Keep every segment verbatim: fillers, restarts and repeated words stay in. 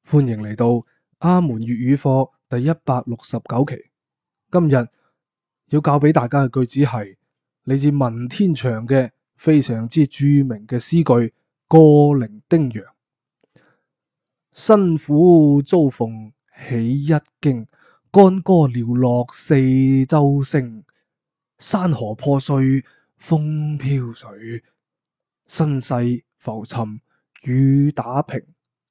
歡迎嚟到阿門粵語課第一百六十九期。今日要教俾大家嘅句子係嚟自文天祥嘅非常之著名嘅詩句《過零丁洋》。辛苦遭逢起一經，干戈寥落四周星。山河破碎風飄水，身世浮沉雨打萍。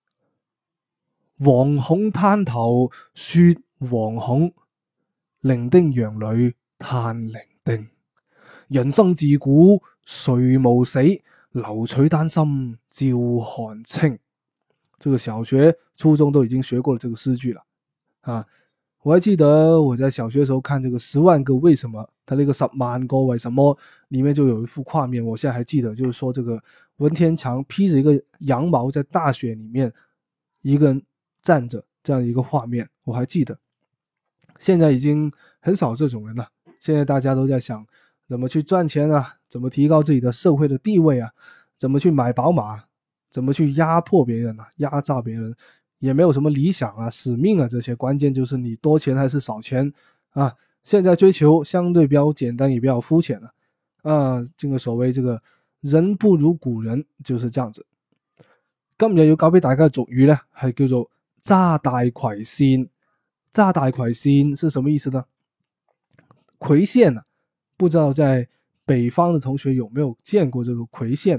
惶恐灘頭說惶恐，零丁洋裏嘆零丁。人生自古誰無死，留取丹心照汗青。這個小學、初中都已經學過了這個詩句了啊！我還記得我在小學的時候看這個《十萬個為什麼》，它那個十萬個為什麼裏面就有一幅畫面，我現在還記得，就是說這個文天祥披着一個羊毛在大雪裏面，一個人站着這樣一個畫面，我還記得。現在已經很少這種人了，現在大家都在想怎麼去賺錢啊，怎麼提高自己的社會的地位啊，怎麼去買寶馬，怎麼去壓迫別人啊，壓榨別人，也沒有什麼理想啊、使命啊這些，關鍵就是你多錢還是少錢啊。現在追求相對比較簡單，也比較膚淺了啊。這個所謂這個人不如古人，就是這樣子。今日要教俾大家嘅俗語呢，係叫做揸大葵扇。揸大葵扇是什麼意思呢？葵扇啊，不知道在北方的同學有沒有見過這個葵扇？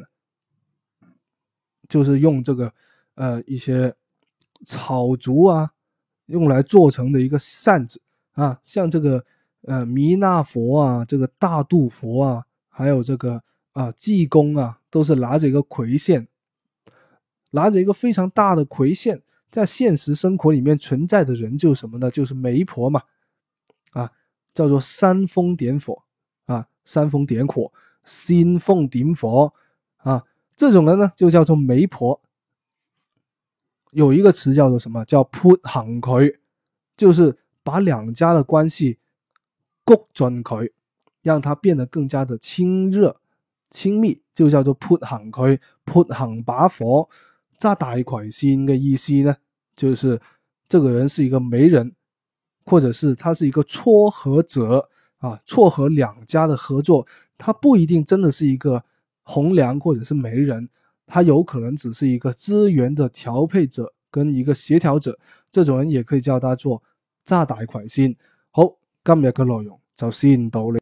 就是用這個呃一些草竹啊用來做成的一個扇子啊，像這個呃彌勒佛啊，這個大肚佛啊，還有這個啊濟公啊，都是拿着一個葵扇，拿着一個非常大的葵扇。在現實生活裏面存在的人就是什麼呢？就是媒婆嘛，啊，叫做煽風點火啊，煽風點火，煽風點火啊，這種人呢就叫做媒婆。有一個詞叫做什麼？叫潑行佢，就是把兩家的關係谷進佢，讓它變得更加的親熱親密，就叫做潑行佢，潑行把火。揸大葵扇嘅意思呢，就是這個人是一個媒人，或者是他是一個撮合者啊，撮合兩家的合作。他不一定真的是一個紅娘或者是媒人，他有可能只是一個資源的調配者跟一個協調者。這種人也可以叫他做揸大葵扇。好，今日嘅內容就先到呢。